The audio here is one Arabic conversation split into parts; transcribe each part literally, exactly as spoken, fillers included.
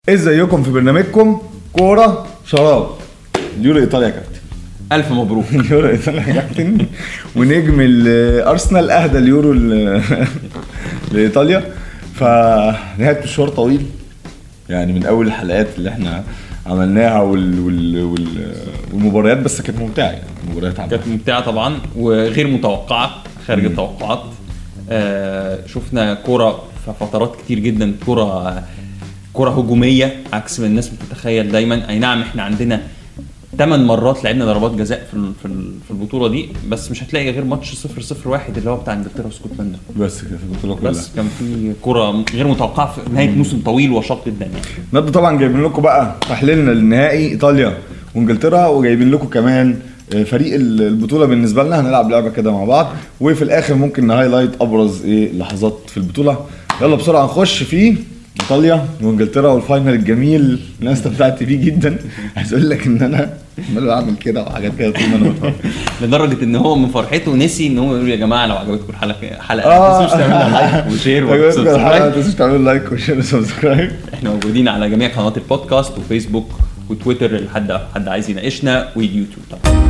ازيكم في برنامجكم كوره شراب. اليورو ايطاليا يا كابتن، الف مبروك. اليورو ايطاليا يا كابتن، ونجم الارسنال اهدى اليورو لايطاليا. فنهايه مشوار طويل يعني من اول الحلقات اللي احنا عملناها وال... وال... وال... والمباريات، بس كانت ممتعه يعني. المباريات كانت ممتعه طبعا وغير متوقعه خارج م. التوقعات. آه شفنا كوره في فترات كتير جدا، كوره كوره هجوميه عكس ما الناس بتتخيل دايما. اي نعم احنا عندنا ثمان مرات لعبنا ضربات جزاء في في البطوله دي، بس مش هتلاقي غير ماتش صفر صفر واحد اللي هو بتاع انجلترا واسكتلندا بس كده في البطوله كلها. بس كان في كوره غير متوقعه في نهايه موسم طويل وشاق جدا يعني. النهارده طبعا جايبين لكم بقى تحليلنا للنهائي ايطاليا وانجلترا، وجايبين لكم كمان فريق البطوله بالنسبه لنا. هنلعب لعبه كده مع بعض، وفي الاخر ممكن نهايلايت ابرز ايه لحظات في البطوله. يلا بسرعه نخش في ايطاليا وانجلترا والفاينل الجميل. الناس استمتعت بيه جدا. عايز اقول لك ان انا عمال بعمل كده وحاجات كده طول ما انا بتفرج، لدرجه ان هو من فرحته نسي ان هو يقول يا جماعه لو عجبتكم الحلقه حلقه ما تنسوش تعملوا لايك وشير وسبسكرايب. ما تنسوش تعملوا لايك وشير وسبسكرايب. احنا موجودين على جميع قنوات البودكاست وفيسبوك وتويتر لحد حد عايز يناقشنا، ويوتيوب طبعا.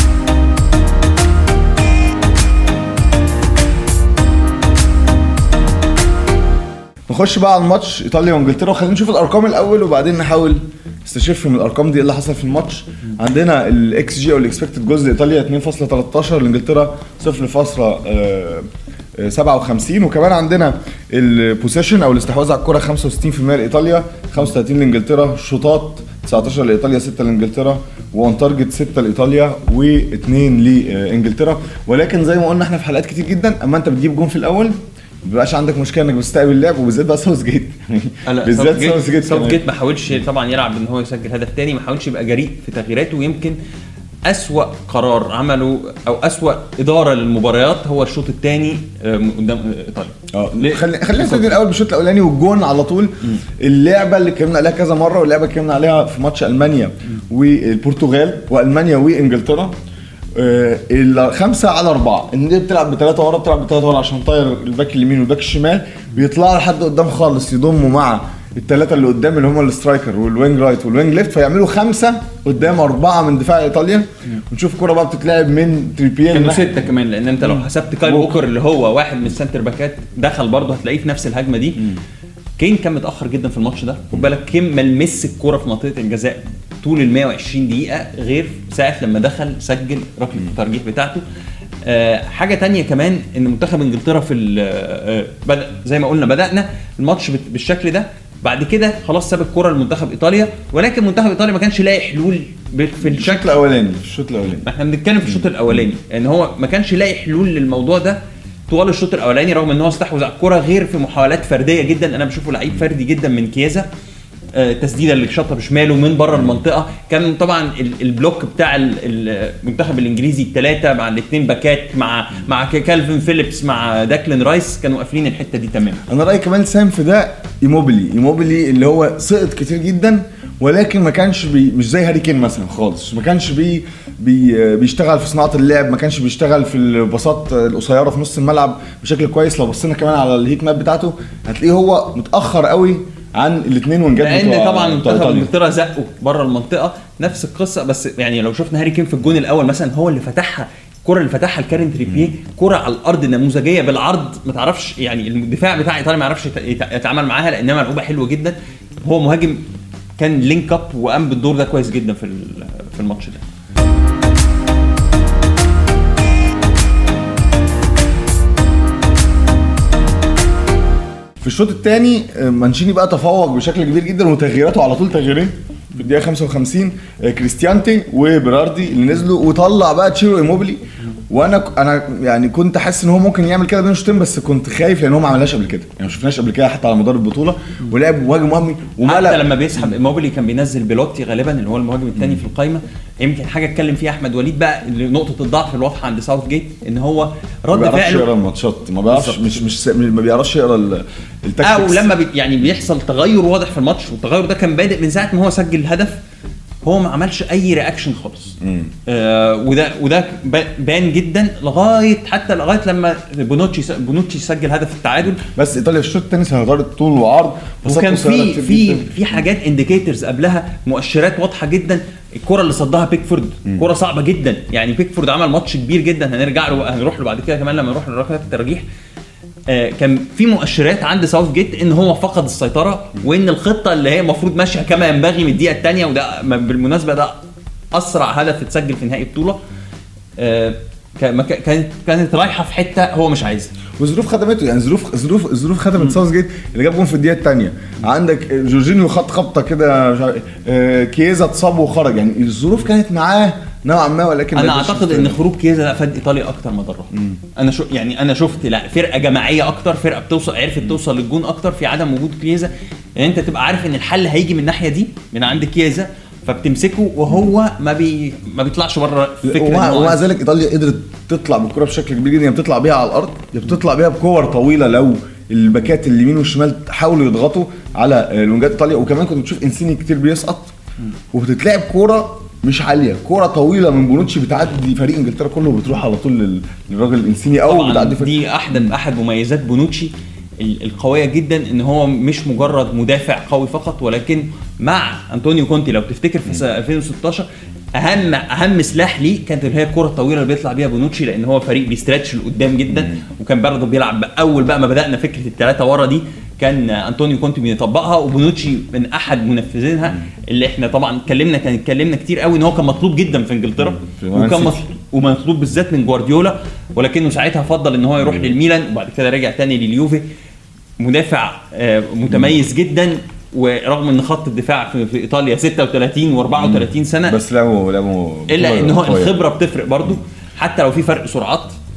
نخش بقى على الماتش ايطاليا وانجلترا، وخلينا نشوف الارقام الاول وبعدين نحاول نستشف من الارقام دي ايه اللي حصل في الماتش. عندنا الاكس جي او الاكسبكتد جولز لايطاليا اثنين فاصلة ثلاثة عشر، لانجلترا صفر فاصلة سبعة وخمسين. وكمان عندنا البوسيشن او الاستحواذ على الكره خمسة وستين بالمية لايطاليا، خمسة وثلاثين لانجلترا. شوطات تسعة عشر لايطاليا، ستة لانجلترا. وان تارجت ستة لايطاليا واثنين لانجلترا. ولكن زي ما قلنا احنا في حلقات كتير جدا، اما انت بتجيب جون في الاول مبقاش عندك مشكله انك بتستقبل اللعب، وبالذات بقى ساوث جيت. بالذات ساوث جيت ساوث جيت ما حاولش طبعا يلعب ان هو يسجل هدف تاني، ما حاولش يبقى جريء في تغييراته. ويمكن اسوا قرار عمله او اسوا اداره للمباريات هو الشوط الثاني قدام ايطاليا. اه خلينا خلينا نبتدي الاول بالشوط الاولاني والجون على طول. م. اللعبه اللي اتكلمنا عليها كذا مره، واللعبه اللي اتكلمنا عليها في ماتش المانيا والبرتغال والمانيا وانجلترا، الخمسة على أربعة. إن دي بتلعب بثلاثة ورا، بتلعب بثلاثة ورا عشان طاير الباك اليمين والباك الشمال بيطلعوا لحد قدام خالص، يضموا مع الثلاثة اللي قدام اللي هم السترايكر والوينج رايت والوينج ليفت، فيعملوا خمسة قدام أربعة من دفاع إيطاليا. ونشوف كرة بقى بتتلعب من تريبيين، كانوا ستة كمان، لأن أنت لو حسبت كايل ووكر اللي هو واحد من السنتر باكات دخل برضه هتلاقيه في نفس الهجمة دي. م. كين كان متأخر جدا في الماتش ده، خد بالك كين ما لمس الكرة في منطقة الجزاء طول ال مية وعشرين دقيقة غير ساعة لما دخل سجل ركلة الترجيح بتاعته. أه حاجة تانية كمان ان منتخب انجلترا في أه بدأ زي ما قلنا بدأنا الماتش بالشكل ده، بعد كده خلاص ساب الكرة لمنتخب ايطاليا. ولكن منتخب ايطاليا ما كانش لاقي حلول في الشكل الاولاني. في الشوط الاولاني احنا بنتكلم في الشوط الاولاني ان هو ما كانش لاقي حلول للموضوع ده طوال الشوط الاولاني، رغم ان هو استحوذ على الكرة غير في محاولات فردية جدا. انا بشوفه لعيب فردي جدا من كيازا، تسديده اللي شاطها بشماله من بره المنطقه. كان طبعا البلوك بتاع المنتخب الانجليزي الثلاثه مع الاثنين باكات مع مع كالفين فيليبس مع داكلين رايس كانوا قافلين الحته دي تماما. انا رايي كمان سام في ده ايموبيلي ايموبيلي اللي هو سقط كتير جدا، ولكن ما كانش بي مش زي هاري كين مثلا خالص. ما كانش بي بي بيشتغل في صناعه اللعب، ما كانش بيشتغل في الباصات القصيره في نص الملعب بشكل كويس. لو بصينا كمان على الهيت ماب بتاعته هتلاقيه هو متاخر قوي عن الاثنين ونجد، لان طبعا منتخب انجلترا زقوا بره المنطقه نفس القصه. بس يعني لو شفنا هاري كين في الجون الاول مثلا هو اللي فتحها، الكره اللي فتحها الكارين تريبيه، كره على الارض نموذجيه بالعرض، ما تعرفش يعني الدفاع بتاع ايطاليا ما يعرفش يتعامل معاها لانها ملعوبه حلوه جدا. هو مهاجم كان لينك اب وقام بالدور ده كويس جدا في في الماتش ده. في الشوط الثاني مانشيني بقى تفوق بشكل كبير جدا، وتغييراته على طول تغييرين في الدقيقه خمسة وخمسين، كريستيانتي وبراردي اللي نزلوا، وطلع بقى تشيرو ايموبيلي. وانا انا يعني كنت حاسس ان هو ممكن يعمل كده بين شوطين، بس كنت خايف لان هو ما عملهاش قبل كده، يعني ما شفناش قبل كده حتى على مدار البطوله. ولعب مهاجم وهمي وملأ. حتى لما بيسحب ايموبيلي كان بينزل بيلوتي غالبا اللي هو المهاجم الثاني في القائمه. يمكن حاجه اتكلم فيها احمد وليد بقى نقطه الضعف الواضحه عند ساوث جيت، ان هو رد فعله ما بيعرفش يقرا الماتشات، ما بيعرفش مش مش ما بيعرفش يقرا التكتيكس، او لما بي يعني بيحصل تغير واضح في الماتش. والتغير ده كان بادئ من ساعه ما هو سجل الهدف. هو ما عملش اي رياكشن خالص. آه وده وده بان جدا لغايه حتى لغايه لما بونوتشي بونوتشي سجل هدف التعادل. بس ايطاليا في الشوط الثاني سيطرت طول وعرض، وكان في في في حاجات انديكيتورز قبلها، مؤشرات واضحه جدا. الكره اللي صدها بيكفورد كره صعبه جدا، يعني بيكفورد عمل ماتش كبير جدا، هنرجع له هنروح له بعد كده كمان لما نروح لركلات الترجيح. آه كان في مؤشرات عند ساوث جيت ان هو فقد السيطره، وان الخطه اللي هي المفروض ماشيه كما ينبغي من الدقيقه الثانيه، وده بالمناسبه ده اسرع هدف اتسجل في نهائي بطوله. آه كانت كانت رايحه في حته هو مش عايزها، وظروف خدمته. يعني ظروف ظروف ظروف خدمت ساوث جيت اللي جاب جون في الدقيقه الثانيه. عندك جورجينيو خط خبطه كده، آه كييزا اتصاب وخرج، يعني الظروف كانت معاه نوعا ما. ولكن انا اعتقد ان خروج كييزا فاد ايطاليا اكتر ما ضرها. انا شو يعني انا شفت لا فرقه جماعيه اكتر، فرقه بتوصل عرفت توصل للجون اكتر في عدم وجود كييزا. يعني انت تبقى عارف ان الحل هيجي من الناحيه دي من عند كييزا، فبتمسكه وهو ما بي ما بيطلعش بره فكره. ومع ذلك ايطاليا قدرت تطلع بالكره بشكل كبير جدا، بتطلع بيها على الارض، بتطلع بيها بكور طويله. لو الباكات اليمين والشمال حاولوا يضغطوا على الونجات ايطاليا، وكمان كنت بتشوف انسيني كتير بيسقط، وبتتلعب كوره مش عاليه، كوره طويله من بونوتشي بتعدي فريق انجلترا كله وبتروح على طول للراجل الانسيني، او بتعدي فريق. دي احد احد مميزات بونوتشي القويه جدا، ان هو مش مجرد مدافع قوي فقط، ولكن مع انطونيو كونتي لو تفتكر في ألفين وستاشر اهم اهم سلاح ليه كانت اللي هي الكره الطويله اللي بيطلع بيها بونوتشي، لان هو فريق بيسترتش لقدام جدا. وكان برضه بيلعب اول بقى ما بدانا فكره الثلاثه ورا دي كان انطونيو كونتي بيطبقها، وبونوتشي من احد منفذينها اللي احنا طبعا اتكلمنا كان اتكلمنا كتير قوي ان هو كان مطلوب جدا في انجلترا، وكان مطلوب ومطلوب بالذات من جوارديولا، ولكنه ساعتها فضل ان هو يروح للميلان، وبعد كده رجع تاني لليوفي. مدافع متميز جدا، ورغم ان خط الدفاع في, في ايطاليا ستة وثلاثين وأربعة وثلاثين سنه، بس لعبوا لعبوا الا ان هو الخبره بتفرق برضو حتى لو في فرق سرعات.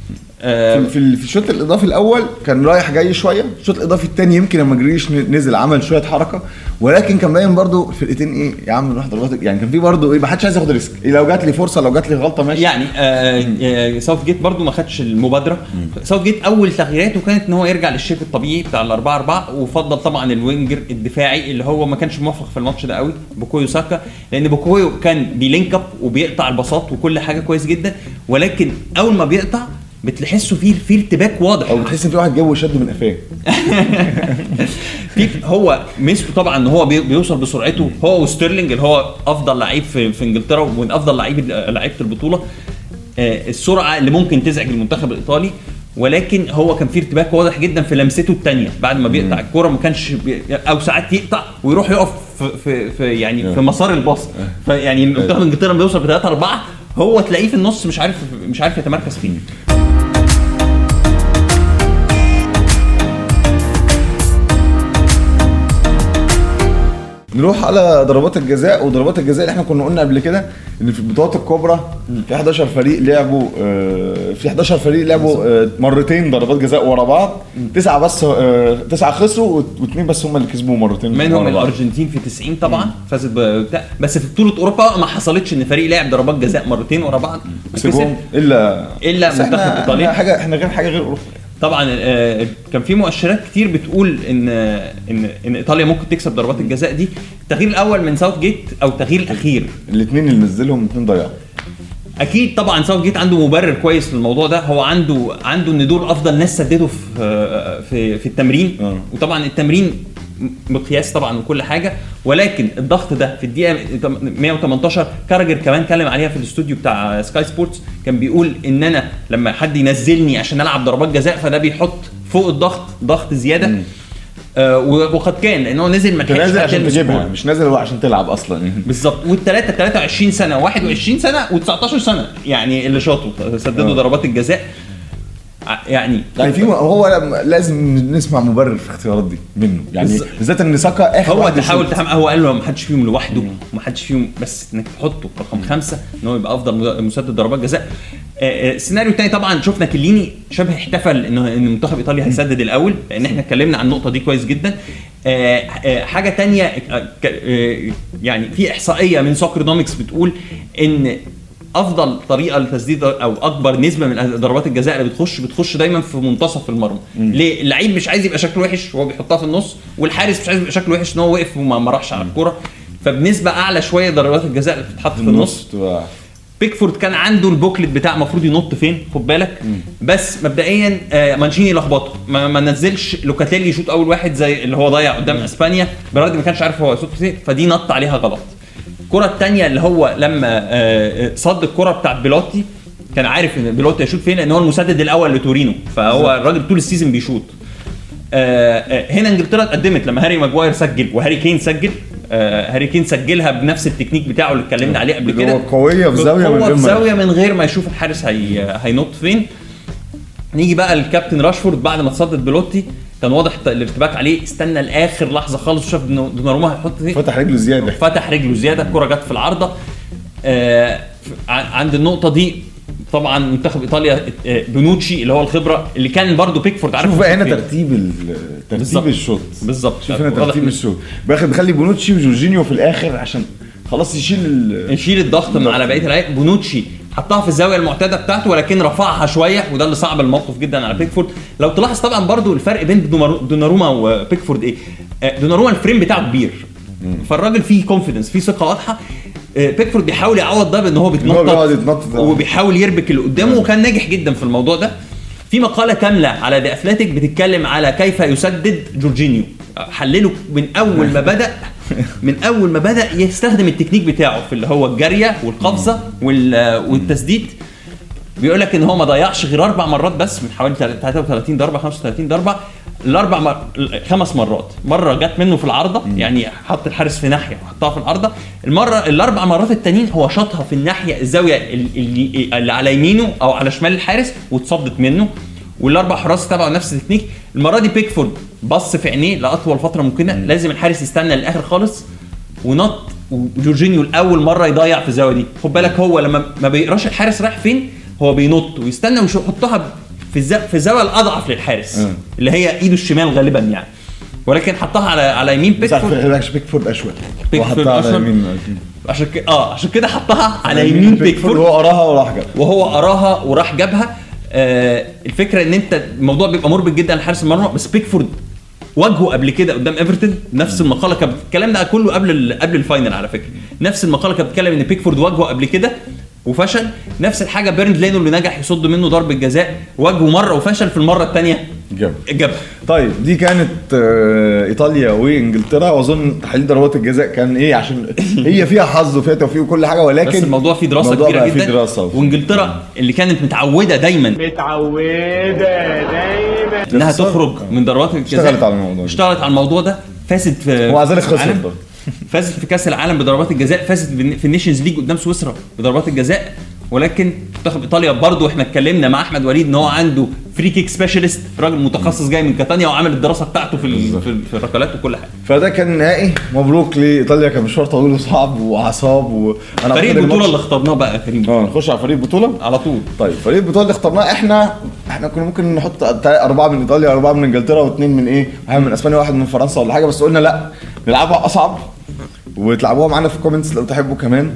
في في الشوط الاضافي الاول كان رايح جاي شويه، الشوط الاضافي الثاني يمكن لما جريش نزل عمل شويه حركه، ولكن كان باين برضو الفرقتين ايه يا عم نروح ضربات. يعني كان في برضو ايه ما حدش عايز ياخد ريسك، إيه لو جات لي فرصه لو جات لي غلطه ماشي. يعني آه ساوث جيت برضو ما خدش المبادره. ساوث جيت اول تغييراته كانت ان هو يرجع للشيب الطبيعي بتاع الأربعة أربعة، وفضل طبعا الوينجر الدفاعي اللي هو ما كانش موفق في الماتش ده قوي بوكويو ساكا، لان بوكويو كان بيلينك اب وبيقطع الباصات وكل حاجه كويس جدا، ولكن اول ما بيقطع بتحسه فيه في ارتباك واضح، او بتحس ان في واحد جابه وشد من قفاه. هو ميزته طبعا ان هو بيوصل بسرعته، هو وستيرلينج اللي هو افضل لعيب في, في انجلترا ومن افضل لعيب لعيبه البطوله. آه السرعه اللي ممكن تزعج المنتخب الايطالي، ولكن هو كان فيه ارتباك واضح جدا في لمسته الثانيه بعد ما بيقطع الكره، ما كانش بي... او ساعات يقطع ويروح يقف في, في, في يعني في مسار الباص، فيعني المنتخب انجلترا بيوصل ب ثلاثة أربعة هو تلاقيه في النص مش عارف مش عارف يتمركز فين. نروح على ضربات الجزاء. وضربات الجزاء اللي احنا كنا قلنا قبل كده ان في البطولات الكبرى في احداشر فريق لعبوا في احداشر فريق لعبوا مرتين ضربات جزاء ورا بعض، تسعه بس تسعه خسروا واثنين بس هم اللي كسبوا مرتين، منهم الارجنتين في تسعين طبعا فازت بتاع. بس في بطوله اوروبا ما حصلتش ان فريق لعب ضربات جزاء مرتين ورا بعض كسب الا الا منتخب ايطاليا. حاجه احنا غير حاجه غير اوروبا طبعا. كان في مؤشرات كتير بتقول ان ان ان ايطاليا ممكن تكسب ضربات الجزاء دي. التغيير الاول من ساوث جيت او التغيير الاخير، الاثنين اللي نزلهم الاثنين ضيعوا. اكيد طبعا ساوث جيت عنده مبرر كويس للموضوع ده، هو عنده عنده ان دول افضل ناس سددوا في في في التمرين أه. وطبعا التمرين مقياس طبعا وكل حاجه، ولكن الضغط ده في الدقيقه مية وتمنتاشر كاراجر كمان اتكلم عليها في الاستوديو بتاع سكاي سبورتس، كان بيقول ان انا لما حد ينزلني عشان العب ضربات جزاء فده بيحط فوق الضغط ضغط زياده. آه وقد كان لانه نزل ما كانش عشان تجيبها، مش نازل هو عشان تلعب اصلا بالظبط. والثلاثه ثلاثة وعشرين سنه واحد وعشرين سنه وتسعتاشر سنه يعني اللي شاطوا سددوا ضربات الجزاء. يعني يعني في هو لازم نسمع مبرر في الاختيارات دي منه، يعني بالذات ان ساكا اخر هو تحاول تحم هو قال له ما حدش فيهم لوحده وما حدش فيهم، بس انك تحطه رقم خمسة ان هو يبقى افضل مسدد ضربات جزاء. السيناريو الثاني طبعا شفنا كليني شبه احتفل انه ان منتخب ايطاليا هيسدد الاول، لان احنا اتكلمنا عن النقطه دي كويس جدا. حاجه تانية يعني في احصائيه من سوكرونومكس بتقول ان افضل طريقه لتسديد او اكبر نسبه من ضربات الجزاء اللي بتخش بتخش دايما في منتصف المرمى. ليه؟ اللعيب مش عايز يبقى شكله وحش وهو بيحطها في النص، والحارس مش عايز يبقى شكله وحش ان هو وقف وما راحش على الكوره. فبنسبه اعلى شويه ضربات الجزاء اللي بتتحط في النص. بيكفورد كان عنده البوكلت بتاع المفروض ينط فين، خد بالك. مم. بس مبدئيا مانشيني لخبطه، ما, ما نزلش لوكاتيلي يشوط اول واحد زي اللي هو ضيع قدام اسبانيا، بيراردي ما كانش عارف هو يشوط فين، فدي نط عليها غلط. الكره الثانيه اللي هو لما صد الكره بتاعت بيلوتي، كان عارف ان بيلوتي يشوط فين لان هو المسدد الاول لتورينو، فهو الراجل طول السيزون بيشوط. هنا انجلترا اتقدمت لما هاري ماجواير سجل وهاري كين سجل. آه هاري كين سجلها بنفس التكنيك بتاعه اللي اتكلمنا عليه قبل كده، قويه في زاويه من غير زاويه من غير ما يشوف الحارس هي هينط فين. نيجي بقى الكابتن راشفورد بعد ما تصدت بيلوتي، كان واضح الارتباك عليه، استنى لاخر لحظه خالص وشاف دوناروما هيحط فين، فتح رجله زياده فتح رجله زياده الكره جت في العارضه. آه عند النقطه دي طبعا منتخب ايطاليا بونوتشي اللي هو الخبره اللي كان برضو بيكفورد عارف. شوف بقى هنا ترتيب ترتيب الشوط بالظبط. شوف هنا ترتيب الشوط باخد بخلي بونوتشي وجورجينيو في الاخر عشان خلاص يشيل يشيل الضغط من على بقيه اللعيبه. بونوتشي حطها في الزاويه المعتاده بتاعته ولكن رفعها شويه، وده اللي صعب الموقف جدا على بيكفورد. لو تلاحظ طبعا برضو الفرق بين دوناروما وبيكفورد ايه، دوناروما الفريم بتاعه كبير، فالراجل فيه كونفيدنس، فيه ثقه واضحه. بيكفورد بيحاول يعوض ده بان هو بيتنطط وبيحاول يربك اللي قدامه، وكان ناجح جدا في الموضوع ده. في مقاله كامله على ذا اثليتيك بتتكلم على كيف يسدد جورجينيو، حلله من اول ما بدا من اول ما بدا يستخدم التكنيك بتاعه في اللي هو الجريه والقفزه والتسديد. بيقول لك ان هو ما ضيعش غير اربع مرات بس من حوالي ثلاثة وثلاثين ضربه خمسة وثلاثين ضربه، الاربع مر... خمس مرات مره جت منه في العارضه، يعني حط الحارس في ناحيه وحطها في العارضه. المره الاربع مرات التانيين هو شاطها في الناحيه الزاويه اللي, اللي على يمينه او على شمال الحارس وتصدت منه، والاربع حراس تبعوا نفس التكنيك. المره دي بيكفورد بص في عينيه لاطول فتره ممكنه، لازم الحارس يستنى للاخر خالص ونط، وجورجينيو الاول مره يضيع في الزاويه دي. خد بالك هو لما ما بيقراش الحارس رايح فين، هو بينط ويستنى ويحطها في في الزاويه الاضعف للحارس م. اللي هي ايده الشمال غالبا يعني، ولكن حطها على على يمين بيكفورد. بيكفورد اشول وحطها على يمين عشان كده اه عشان كده حطها على يمين بيكفورد، وهو قراها وراح جابها وهو قراها وراح جابها. آه الفكره ان انت الموضوع بيبقى مربك جدا لحارس المرمى، بس بيكفورد واجهه قبل كده قدام ايفرتون. نفس المقاله كانت الكلام ده كله قبل قبل الفاينل على فكره، نفس المقاله كانت بتتكلم ان بيكفورد واجهه قبل كده وفشل. نفس الحاجه بيرند لينو اللي نجح يصد منه ضربه جزاء، واجهه مره وفشل، في المره الثانيه جاب جاب طيب دي كانت ايطاليا وانجلترا، واظن تحليل ضربات الجزاء كان ايه عشان هي فيها حظ وفيها توفيق وكل حاجه، ولكن بس الموضوع فيه دراسه كبيره جدا. دراسة وانجلترا اللي كانت متعوده دايما متعوده دايما انها تخرج من ضربات الجزاء، اشتغلت على الموضوع اشتغلت على الموضوع ده، فازت في ومع ذلك خسرت، فازت في كاس العالم بضربات الجزاء، فازت في النيشنز ليج قدام سويسرا بضربات الجزاء. ولكن منتخب ايطاليا برضو احنا اتكلمنا مع احمد وليد ان هو عنده فري كيك سبيشالست، راجل متخصص جاي من كاتانيا وعامل الدراسه بتاعته في في الركلات وكل حاجه. فده كان النهائي، مبروك لايطاليا، كان مشوار طويل وصعب واعصاب. وانا فريق البطوله اللي اخترناه بقى يا كريم، اه نخش على فريق البطوله على طول. طيب فريق البطوله اللي اخترناه احنا احنا كنا ممكن نحط اربعه من ايطاليا، اربعه من انجلترا، واثنين من ايه، واحد من اسبانيا، واحد من فرنسا ولا حاجه، بس قلنا لا نلعبها اصعب وتلعبوها معانا في الكومنتس لو تحبوا كمان.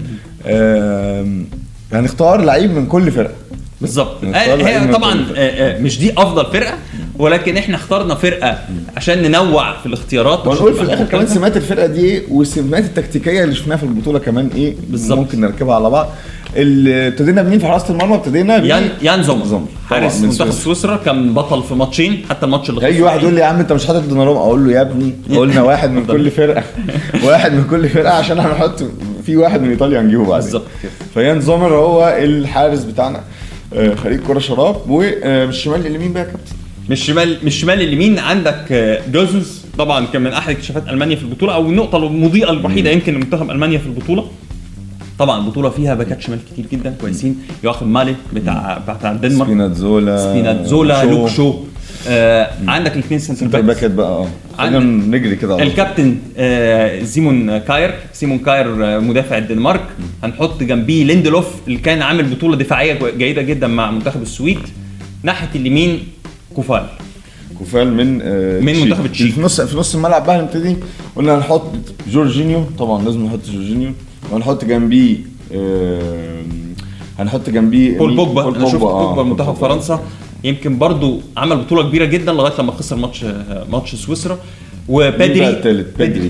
هنختار لعيب من كل فرقه بالظبط. هي طبعا مش دي افضل فرقه، ولكن احنا اخترنا فرقه عشان ننوع في الاختيارات، ونقول في الاخر كمان سمات الفرقه دي ايه، والسمات التكتيكيه اللي شفناها في البطوله كمان ايه بالزبط. ممكن نركبها على بعض. ابتدينا بمين في حراسه المرمى؟ ابتدينا يان يان زومر، حارس منتخب سويسرا، كان بطل في ماتشين، حتى الماتش اللي هيجي واحد يقول لي يا عم انت مش حاطط دوناروما، اقول له يا ابني قلنا واحد من كل فرقه واحد من كل فرقه عشان هنحط في واحد من ايطاليا هنجيبه بعدين بالظبط. فيان زومر هو الحارس بتاعنا، فريق كره شراب. ومش شمال اليمين بقى يا كابتن، مش شمال مش شمال اليمين عندك جوزوس، طبعا كان من احد اكتشافات المانيا في البطوله، او النقطه المضيئه الوحيده يمكن لمنتخب المانيا في البطوله. طبعا البطوله فيها باكات شمال كتير جدا كويسين، يواخيم مالي بتاع بتاع الدنمارك، سبيناتزولا سبيناتزولا لوك شو. آه عندك الاثنين سنتر باكات بقى اه عندنا نجري كده. الكابتن آه سيمون كاير سيمون كاير آه مدافع الدنمارك. هنحط جنبيه ليندلوف اللي كان عامل بطوله دفاعيه جيده جدا مع منتخب السويد. ناحيه اليمين كوفال كوفال من آه من منتخب التشيك. في نص في نص الملعب بقى هنبتدي قلنا هنحط جورجينيو، طبعا لازم نحط جورجينيو، وهنحط جنبيه آه هنحط جنبيه بول بوجبا. انا شفت بوجبا منتخب فرنسا يمكن برضو عمل بطوله كبيره جدا لغايه لما خسر ماتش ماتش سويسرا. وبدري بدري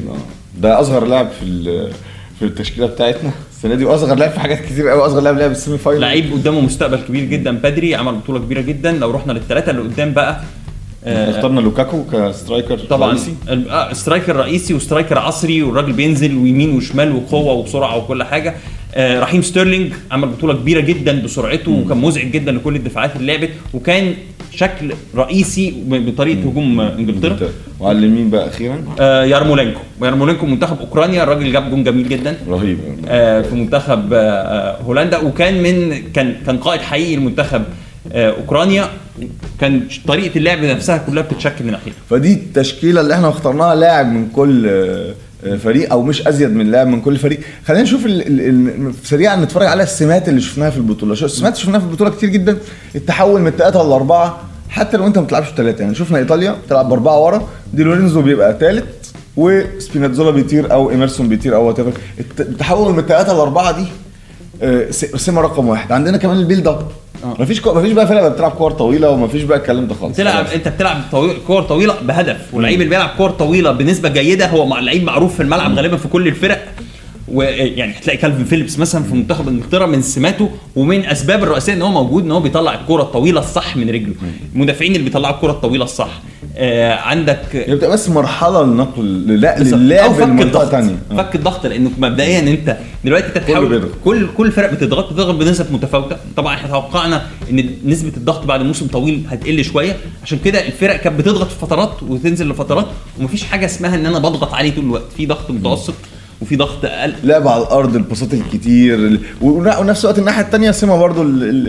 ده اصغر لاعب في في التشكيله بتاعتنا السنه دي، واصغر لاعب في حاجات كتير قوي، اصغر لاعب لعب السيمي فاينل. لعيب قدامه مستقبل كبير جدا، بدري عمل بطوله كبيره جدا. لو رحنا للثلاثه اللي قدام بقى آه اخترنا لوكاكو كسترايكر طبعا رئيسي. آه سترايكر رئيسي وسترايكر عصري، والراجل بينزل ويمين وشمال وقوه وبسرعه وكل حاجه. آه رحيم ستيرلينج عمل بطوله كبيره جدا بسرعته، وكان مزعج جدا لكل الدفاعات اللي لعبت، وكان شكل رئيسي بطريقه هجوم انجلترا. وعلى اليمين بقى اخيرا آه يارمولينكو يارمولينكو منتخب اوكرانيا، الراجل جاب جون جميل جدا رهيب آه في منتخب آه هولندا، وكان من كان كان قائد حقيقي لمنتخب آه اوكرانيا. كان طريقه اللعب نفسها كلها بتتشكل من ناحيته. فدي التشكيله اللي احنا اخترناها، لاعب من كل فريق او مش ازيد من لاعب من كل فريق. خلينا نشوف ال ال ال سريعا نتفرج على السمات اللي شفناها في البطوله. السمات اللي شفناها في البطوله كتير جدا، التحول من الثلاثه للاربعه، حتى لو انت ما بتلعبش ثلاثه. يعني شفنا ايطاليا بتلعب باربعه ورا، دي لورينزو بيبقى ثالث، وسبيناتزولا بيطير او ايمرسون بيطير او وات ايفر. التحول من الثلاثه للاربعه دي سمه رقم واحد. عندنا كمان البيلد اب، آه. مفيش كو... مفيش بقى فرقه بتلعب كور طويله، ومفيش بقى الكلام ده خالص. بتلعب انت بتلعب طويل... كور طويله بهدف، واللعيب اللي بيلعب كور طويله بنسبه جيده هو مع لعيب معروف في الملعب غالبا في كل الفرق. ويعني هتلاقي كالفين فيليبس مثلا في منتخب انجلترا من سماته ومن اسباب الرئيسيه ان هو موجود ان هو بيطلع الكره الطويله الصح من رجله. المدافعين اللي بيطلعوا الكره الطويله الصح آه عندك يبقى بس مرحله النقل لا للاعب المنطقه ثانيه، فك الضغط. لانه مبدئيا انت دلوقتي انت بتحاول كل كل فرق بتضغط بتضغط بنسب متفاوته. طبعا احنا توقعنا ان نسبه الضغط بعد موسم طويل هتقل شويه، عشان كده الفرق كانت بتضغط في فترات وتنزل لفترات، ومفيش حاجه اسمها ان انا بضغط عليه طول الوقت. في ضغط متوسط وفي ضغط اقل، لعب على الارض، الباصات الكتير، ونفس الوقت الناحيه الثانيه سمه برضو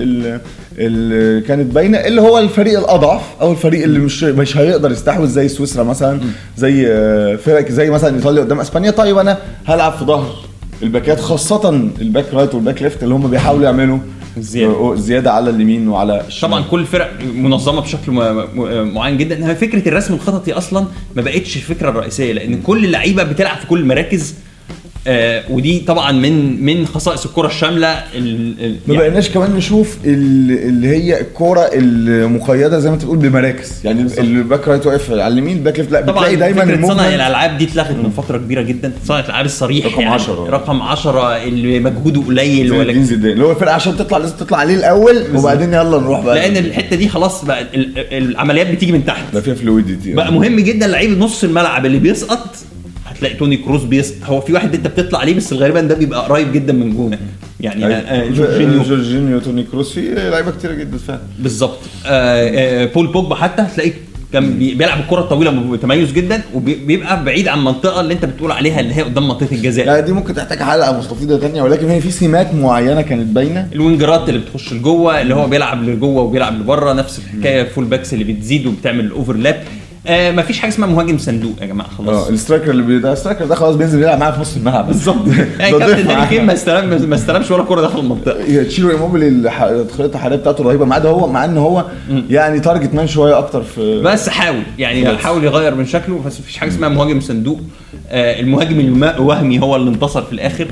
اللي كانت باينه اللي هو الفريق الاضعف او الفريق اللي مش مش هيقدر يستحوذ، زي سويسرا مثلا، زي فرق زي مثلا ايطاليا قدام اسبانيا. طيب انا هلعب في ظهر الباكات، خاصه الباك رايت والباك ليفت اللي هم بيحاولوا يعملوا زياده زياده على اليمين وعلى الشمال. طبعا كل الفرق منظمه بشكل معين جدا. فكره الرسم الخططي اصلا ما بقتش الفكره الرئيسيه، لان كل اللعيبه بتلعب في كل المراكز. آه ودي طبعا من من خصائص الكره الشامله. ما بقيناش كمان نشوف اللي هي الكره المقيده زي ما انت بتقول بمراكز، يعني الباك رايت واقف على اليمين، الباك ليفت لا، بتلاقي دايما صنع الالعاب دي اتلغت من فتره كبيره جدا. صنع الالعاب الصريح رقم يعني عشرة رقم عشرة اللي مجهوده قليل، ولا اللي هو الفرقه عشان تطلع لازم تطلع عليه الاول وبعدين يلا نروح بقى، لان الحته دي خلاص بقى العمليات بتيجي من تحت، بقى فيها فلويديتي. بقى مهم جدا لعيب نص الملعب اللي بيسقط. هتلاقي توني كروز بيس هو في واحد انت بتطلع عليه بس غالبا ده بيبقى قريب جدا من جونه. يعني آه جورجينيو جورجينيو توني كروز في لعيبه كتيره جدا فعلا بالظبط. آه آه بول بوجبا حتى هتلاقيه كان بيلعب الكره الطويله بتميز جدا، وبيبقى بعيد عن المنطقه اللي انت بتقول عليها اللي هي قدام منطقه الجزاء. لا دي ممكن تحتاج حلقه مستفيضه ثانيه، ولكن هي في سمات معينه كانت باينه. الوينجرات اللي بتخش لجوه اللي هو بيلعب لجوه وبيلعب لبره، نفس الحكايه. فول باكس اللي بتزيد وبتعمل الاوفرلاب. آه مفيش حاجه اسمها مهاجم صندوق يا جماعه خلاص. اه الاسترايكر اللي ده السترايكر ده خلاص بينزل يلعب معاه في نص الملعب بالظبط. يعني كابتن هاري كين ما استلم ما استلمش ولا كوره داخل المنطقه. تشيلو ايموبيلي الخريطه الحراريه بتاعته رهيبه، ما عدا هو مع ان هو يعني تارجت مان شويه اكتر في، بس حاول يعني حاول يغير من شكله. بس مفيش حاجه اسمها مهاجم صندوق. آه المهاجم الوهمي هو اللي انتصر في الاخر.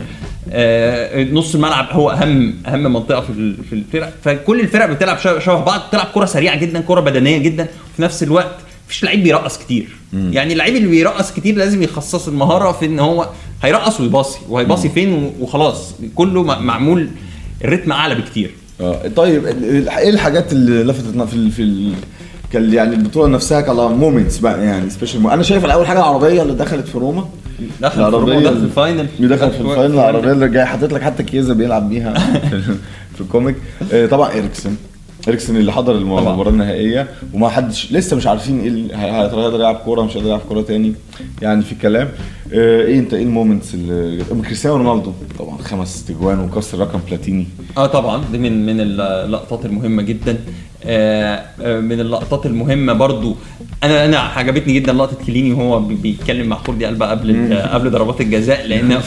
آه نص الملعب هو اهم اهم منطقه في في الفرق. فكل الفرق بتلعب شبه بعض، بتلعب كره سريعه جدا، كره بدنيه جدا، وفي نفس الوقت مفيش لعيب بيرقص كتير. مم. يعني اللعيب اللي بيرقص كتير لازم يخصص المهاره في ان هو هيرقص ويباصي، وهيباصي مم. فين وخلاص. كله معمول الريتم اعلى بكتير. اه طيب ايه الحاجات اللي لفتت في في كان يعني البطوله نفسها كلها مومنتس بقى، يعني سبيشال. انا شايف الاول حاجه العربيه اللي دخلت في روما، دخل في روما، دخل في الفاينل، دخل في الفاينل العربيه اللي جاي حاطط لك حتى كيزا بيلعب بيها في الكوميك. طبعا إريكسن إريكسن اللي حضر المباراه النهائيه، وما حدش لسه مش عارفين ايه هيقدر يلعب كوره مش هيقدر يلعب كوره تاني، يعني في كلام. ايه انت ايه المومنتس اللي كريستيانو رونالدو طبعا خمس تجوان وكسر رقم بلاتيني. اه طبعا دي من من اللقطات المهمه جدا. آه من اللقطات المهمه برضو انا انا عجبتني جدا لقطه كليني وهو بيتكلم مع خوردي ألبا قبل قبل ضربات الجزاء، لان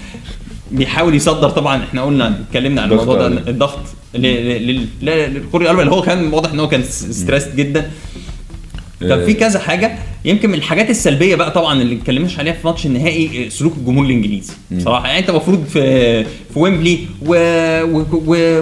بيحاول يصدر. طبعا احنا قلنا اتكلمنا عن الموضوع ده، الضغط للخوري ألبا اللي هو كان واضح ان هو كان ستريسد جدا. طب في كذا حاجه يمكن من الحاجات السلبيه بقى طبعا اللي اتكلمناش عليها في ماتش النهائي، سلوك الجمهور الانجليزي بصراحه. يعني انت المفروض في في ويمبلي وفي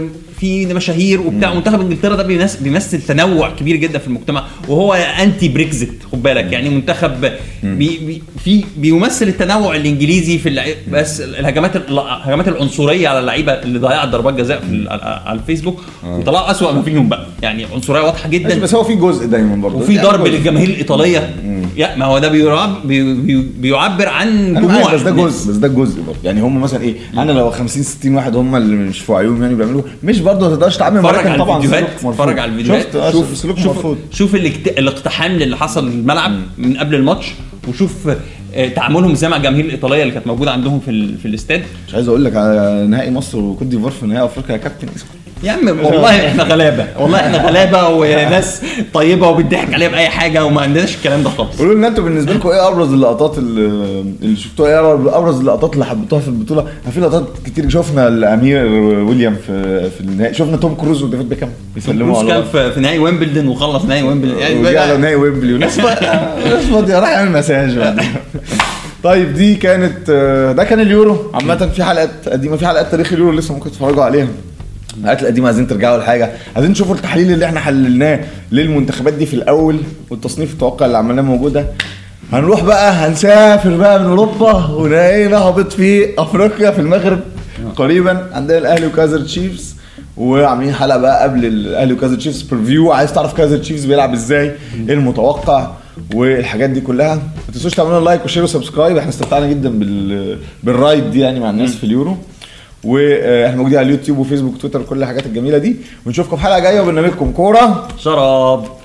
في مشاهير وبتاع. منتخب انجلترا ده بيمثل تنوع كبير جدا في المجتمع، وهو انتي بريكزيت خد بالك. يعني منتخب بي بي في بيمثل التنوع الانجليزي في اللعيبه، بس الهجمات الهجمات العنصريه على اللعيبه اللي ضيعت ضربات جزاء في على الفيسبوك وطلعوا اسوأ ما فيهم بقى. يعني عنصريه واضحه جدا، بس هو في جزء دايما برضه وفي ضرب للجماهير الايطاليه. يا ما هو ده بيعبر بيعبر عن جموع، بس ده جزء بس ده جزء برضه. يعني هم مثلا ايه، انا لو خمسين ستين واحد هم اللي مش في عيوم يعني بيعملوا، مش برضه ما تقدرش تعمل معاهم. طبعا اتفرج على الفيديوهات، شوف سلوك مرفوض، شوف الاقتحام اللي حصل الملعب من قبل الماتش، وشوف تعاملهم ازاي مع الجماهير الايطاليه اللي كانت موجوده عندهم في في الاستاد. مش عايز اقول لك على نهائي مصر وكوت ديفوار في نهائي افريقيا يا كابتن. يا عم والله احنا غلابه، والله احنا غلابه وناس طيبه وبتضحك عليها باي حاجه، وما عندناش الكلام ده خالص. قولوا لنا انتوا بالنسبه لكم ايه ابرز اللقطات اللي شفتوها، ايه ابرز اللقطات اللي حبيتوها في البطوله؟ في لقطات كتير. شفنا الامير ويليام في في النهائي، شفنا توم كروز وديفيد بيكهام بيسلموا على بعض. كان في نهائي ويمبلدون وخلص نهائي ويمبلدون يعني على نهائي ويمبلي وناس ناس فاضيه راح يعمل مساج بعد. طيب دي كانت ده كان اليورو عامه. في حلقات قديمه، في حلقات تاريخ اليورو لسه ممكن تتفرجوا عليها. الحلقات القديمه عايزين ترجعوا لحاجه، عايزين تشوفوا التحليل اللي احنا حللناه للمنتخبات دي في الاول، والتصنيف التوقع اللي عملناه موجوده. هنروح بقى هنسافر بقى من اوروبا ونهبط في افريقيا في المغرب قريبا. عندنا الاهلي وكايزر تشيفز، وعاملين حلقه بقى قبل الاهلي وكايزر تشيفز بريفيو. عايز تعرف كايزر تشيفز بيلعب ازاي، ايه المتوقع والحاجات دي كلها. ما تنسوش تعملوا لايك وشير وسبسكرايب. احنا استمتعنا جدا بال بالرايد دي يعني مع الناس في اليورو، واحنا موجودين على اليوتيوب وفيسبوك وتويتر وكل الحاجات الجميله دي. ونشوفكم في حلقه جايه وبرنامجكم كوره شراب.